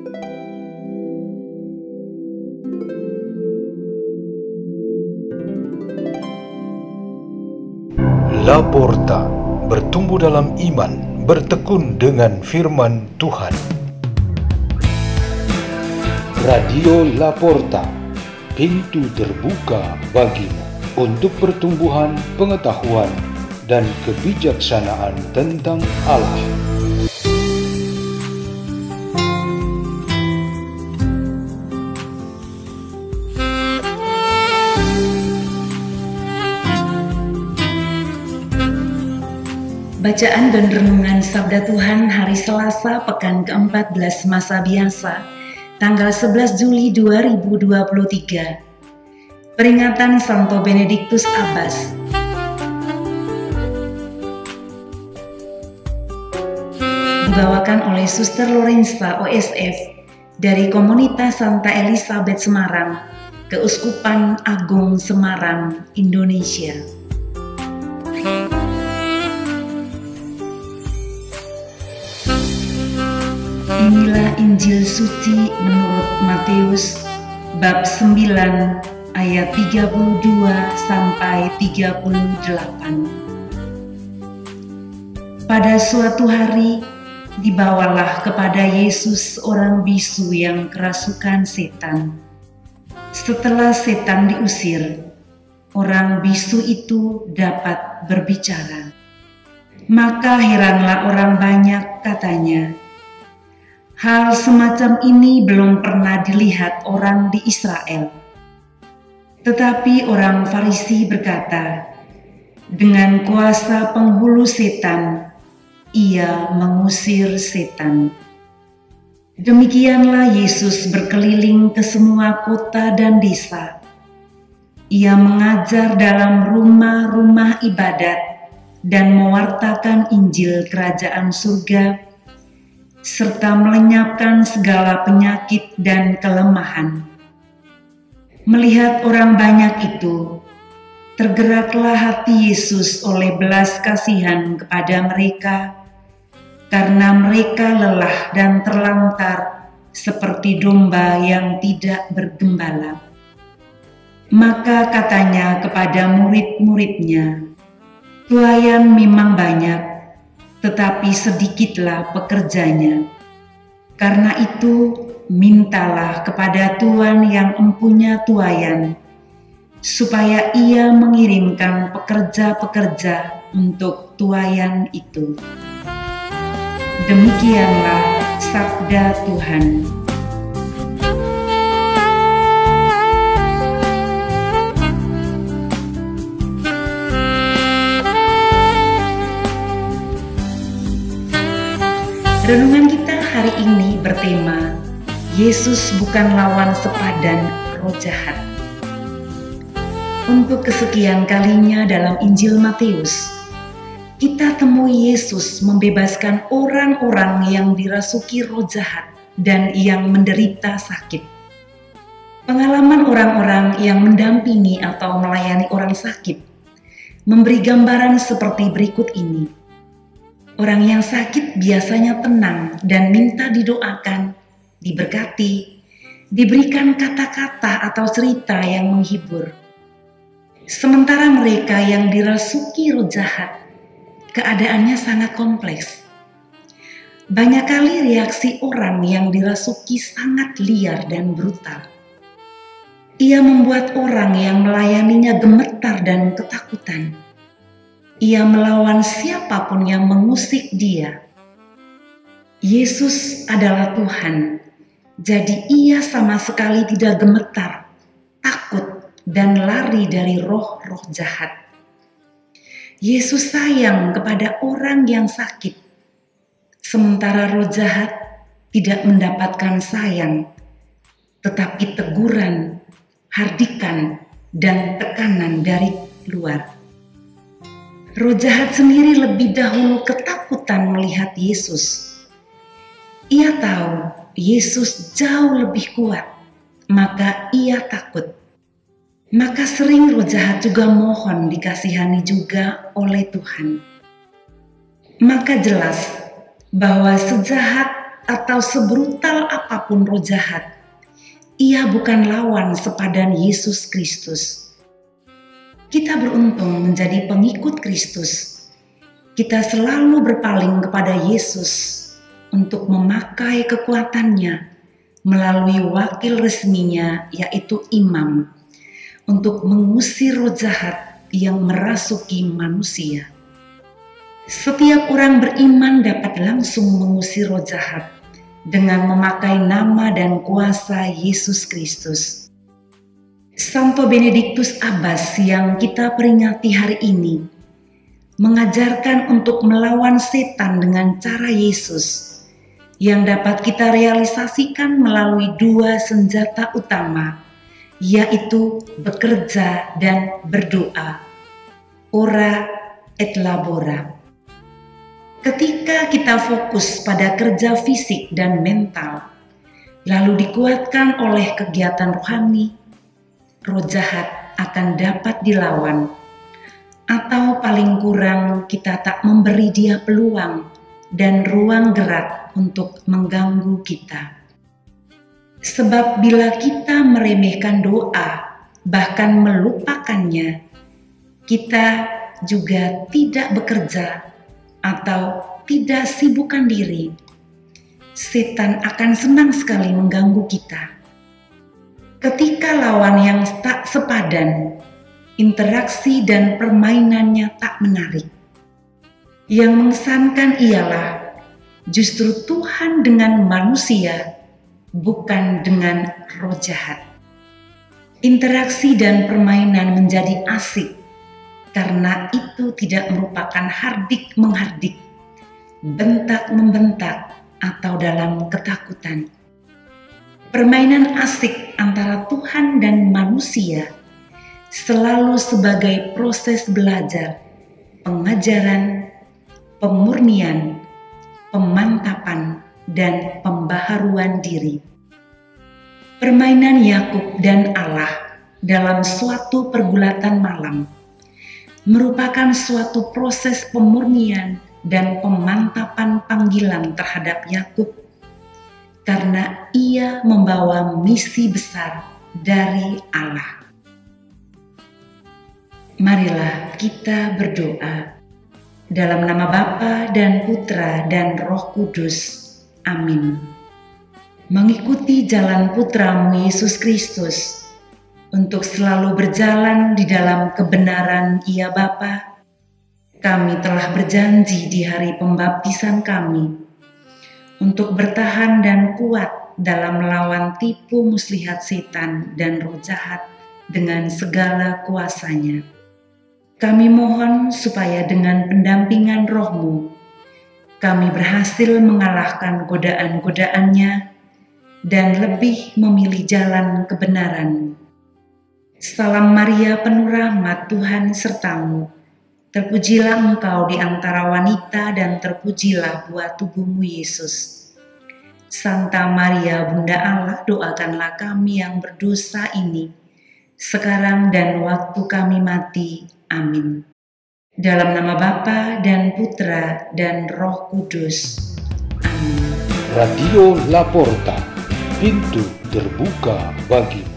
Laporta, bertumbuh dalam iman, bertekun dengan firman Tuhan. Radio Laporta, pintu terbuka bagimu untuk pertumbuhan pengetahuan dan kebijaksanaan tentang Allah. Bacaan dan renungan Sabda Tuhan hari Selasa pekan ke-14 masa biasa, tanggal 11 Juli 2023. Peringatan Santo Benediktus Abbas. Dibawakan oleh Suster Lorenza OSF dari Komunitas Santa Elisabeth Semarang, Keuskupan Agung Semarang, Indonesia. Inilah Injil suci menurut Matius bab 9 ayat 32 sampai 38. Pada suatu hari dibawalah kepada Yesus orang bisu yang kerasukan setan. Setelah setan diusir, orang bisu itu dapat berbicara. Maka heranlah orang banyak, katanya, hal semacam ini belum pernah dilihat orang di Israel. Tetapi orang Farisi berkata, dengan kuasa penghulu setan, ia mengusir setan. Demikianlah Yesus berkeliling ke semua kota dan desa. Ia mengajar dalam rumah-rumah ibadat dan mewartakan Injil Kerajaan Surga, serta melenyapkan segala penyakit dan kelemahan. Melihat orang banyak itu, tergeraklah hati Yesus oleh belas kasihan kepada mereka, karena mereka lelah dan terlantar seperti domba yang tidak bergembala. Maka katanya kepada murid-muridnya, "Tuaian memang banyak, tetapi sedikitlah pekerjanya. Karena itu, mintalah kepada Tuhan yang empunya tuaian, supaya ia mengirimkan pekerja-pekerja untuk tuaian itu." Demikianlah sabda Tuhan. Renungan kita hari ini bertema, Yesus bukan lawan sepadan roh jahat. Untuk kesekian kalinya dalam Injil Matius, kita temui Yesus membebaskan orang-orang yang dirasuki roh jahat dan yang menderita sakit. Pengalaman orang-orang yang mendampingi atau melayani orang sakit memberi gambaran seperti berikut ini. Orang yang sakit biasanya tenang dan minta didoakan, diberkati, diberikan kata-kata atau cerita yang menghibur. Sementara mereka yang dirasuki roh jahat, keadaannya sangat kompleks. Banyak kali reaksi orang yang dirasuki sangat liar dan brutal. Ia membuat orang yang melayaninya gemetar dan ketakutan. Ia melawan siapapun yang mengusik dia. Yesus adalah Tuhan, jadi ia sama sekali tidak gemetar, takut, dan lari dari roh-roh jahat. Yesus sayang kepada orang yang sakit, sementara roh jahat tidak mendapatkan sayang, tetapi teguran, hardikan, dan tekanan dari luar. Roh jahat sendiri lebih dahulu ketakutan melihat Yesus. Ia tahu Yesus jauh lebih kuat, maka ia takut. Maka sering roh jahat juga mohon dikasihani juga oleh Tuhan. Maka jelas bahwa sejahat atau sebrutal apapun roh jahat, ia bukan lawan sepadan Yesus Kristus. Kita beruntung menjadi pengikut Kristus. Kita selalu berpaling kepada Yesus untuk memakai kekuatannya melalui wakil resminya, yaitu imam, untuk mengusir roh jahat yang merasuki manusia. Setiap orang beriman dapat langsung mengusir roh jahat dengan memakai nama dan kuasa Yesus Kristus. Santo Benediktus Abbas yang kita peringati hari ini mengajarkan untuk melawan setan dengan cara Yesus yang dapat kita realisasikan melalui dua senjata utama, yaitu bekerja dan berdoa. Ora et labora. Ketika kita fokus pada kerja fisik dan mental, lalu dikuatkan oleh kegiatan rohani, roh jahat akan dapat dilawan, atau paling kurang kita tak memberi dia peluang dan ruang gerak untuk mengganggu kita. Sebab bila kita meremehkan doa, bahkan melupakannya, kita juga tidak bekerja atau tidak sibukkan diri. Setan akan senang sekali mengganggu kita. Ketika lawan yang tak sepadan, interaksi dan permainannya tak menarik. Yang mengesankan ialah justru Tuhan dengan manusia, bukan dengan roh jahat. Interaksi dan permainan menjadi asik karena itu tidak merupakan hardik-menghardik, bentak-membentak, atau dalam ketakutan. Permainan asik antara Tuhan dan manusia selalu sebagai proses belajar, pengajaran, pemurnian, pemantapan, dan pembaharuan diri. Permainan Yakub dan Allah dalam suatu pergulatan malam merupakan suatu proses pemurnian dan pemantapan panggilan terhadap Yakub karena ia membawa misi besar dari Allah. Marilah kita berdoa. Dalam nama Bapa dan Putra dan Roh Kudus. Amin. Mengikuti jalan Putramu Yesus Kristus, untuk selalu berjalan di dalam kebenaran Ia Bapa, kami telah berjanji di hari pembaptisan kami untuk bertahan dan kuat dalam melawan tipu muslihat setan dan roh jahat dengan segala kuasanya. Kami mohon supaya dengan pendampingan Roh-Mu, kami berhasil mengalahkan godaan-godaannya dan lebih memilih jalan kebenaran. Salam Maria, penuh rahmat, Tuhan sertamu. Terpujilah engkau di antara wanita dan terpujilah buah tubuhmu Yesus. Santa Maria, Bunda Allah, doakanlah kami yang berdosa ini, sekarang dan waktu kami mati. Amin. Dalam nama Bapa dan Putra dan Roh Kudus. Amin. Radio Laporta, pintu terbuka bagimu.